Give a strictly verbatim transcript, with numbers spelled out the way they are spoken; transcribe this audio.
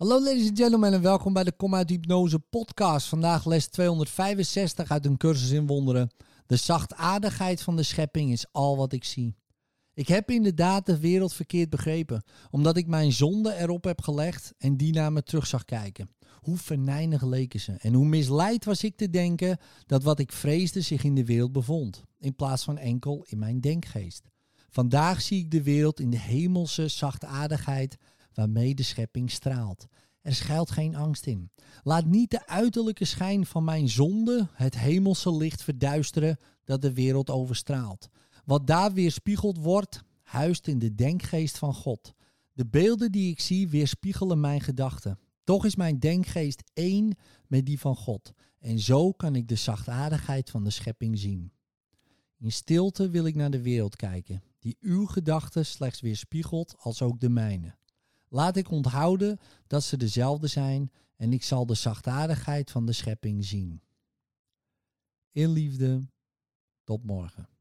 Hallo ladies and gentlemen en welkom bij de Kom uit Hypnose podcast. Vandaag les tweehonderdvijfenzestig uit een cursus in wonderen. De zachtaardigheid van de schepping is al wat ik zie. Ik heb inderdaad de wereld verkeerd begrepen, omdat ik mijn zonde erop heb gelegd en die naar me terug zag kijken. Hoe venijnig leken ze en hoe misleid was ik te denken dat wat ik vreesde zich in de wereld bevond, in plaats van enkel in mijn denkgeest. Vandaag zie ik de wereld in de hemelse zachtaardigheid waarmee de schepping straalt. Er schuilt geen angst in. Laat niet de uiterlijke schijn van mijn zonde het hemelse licht verduisteren dat de wereld overstraalt. Wat daar weerspiegeld wordt, huist in de denkgeest van God. De beelden die ik zie weerspiegelen mijn gedachten. Toch is mijn denkgeest één met die van God. En zo kan ik de zachtaardigheid van de schepping zien. In stilte wil ik naar de wereld kijken, die uw gedachten slechts weerspiegelt als ook de mijne. Laat ik onthouden dat ze dezelfde zijn en ik zal de zachtaardigheid van de schepping zien. In liefde, tot morgen.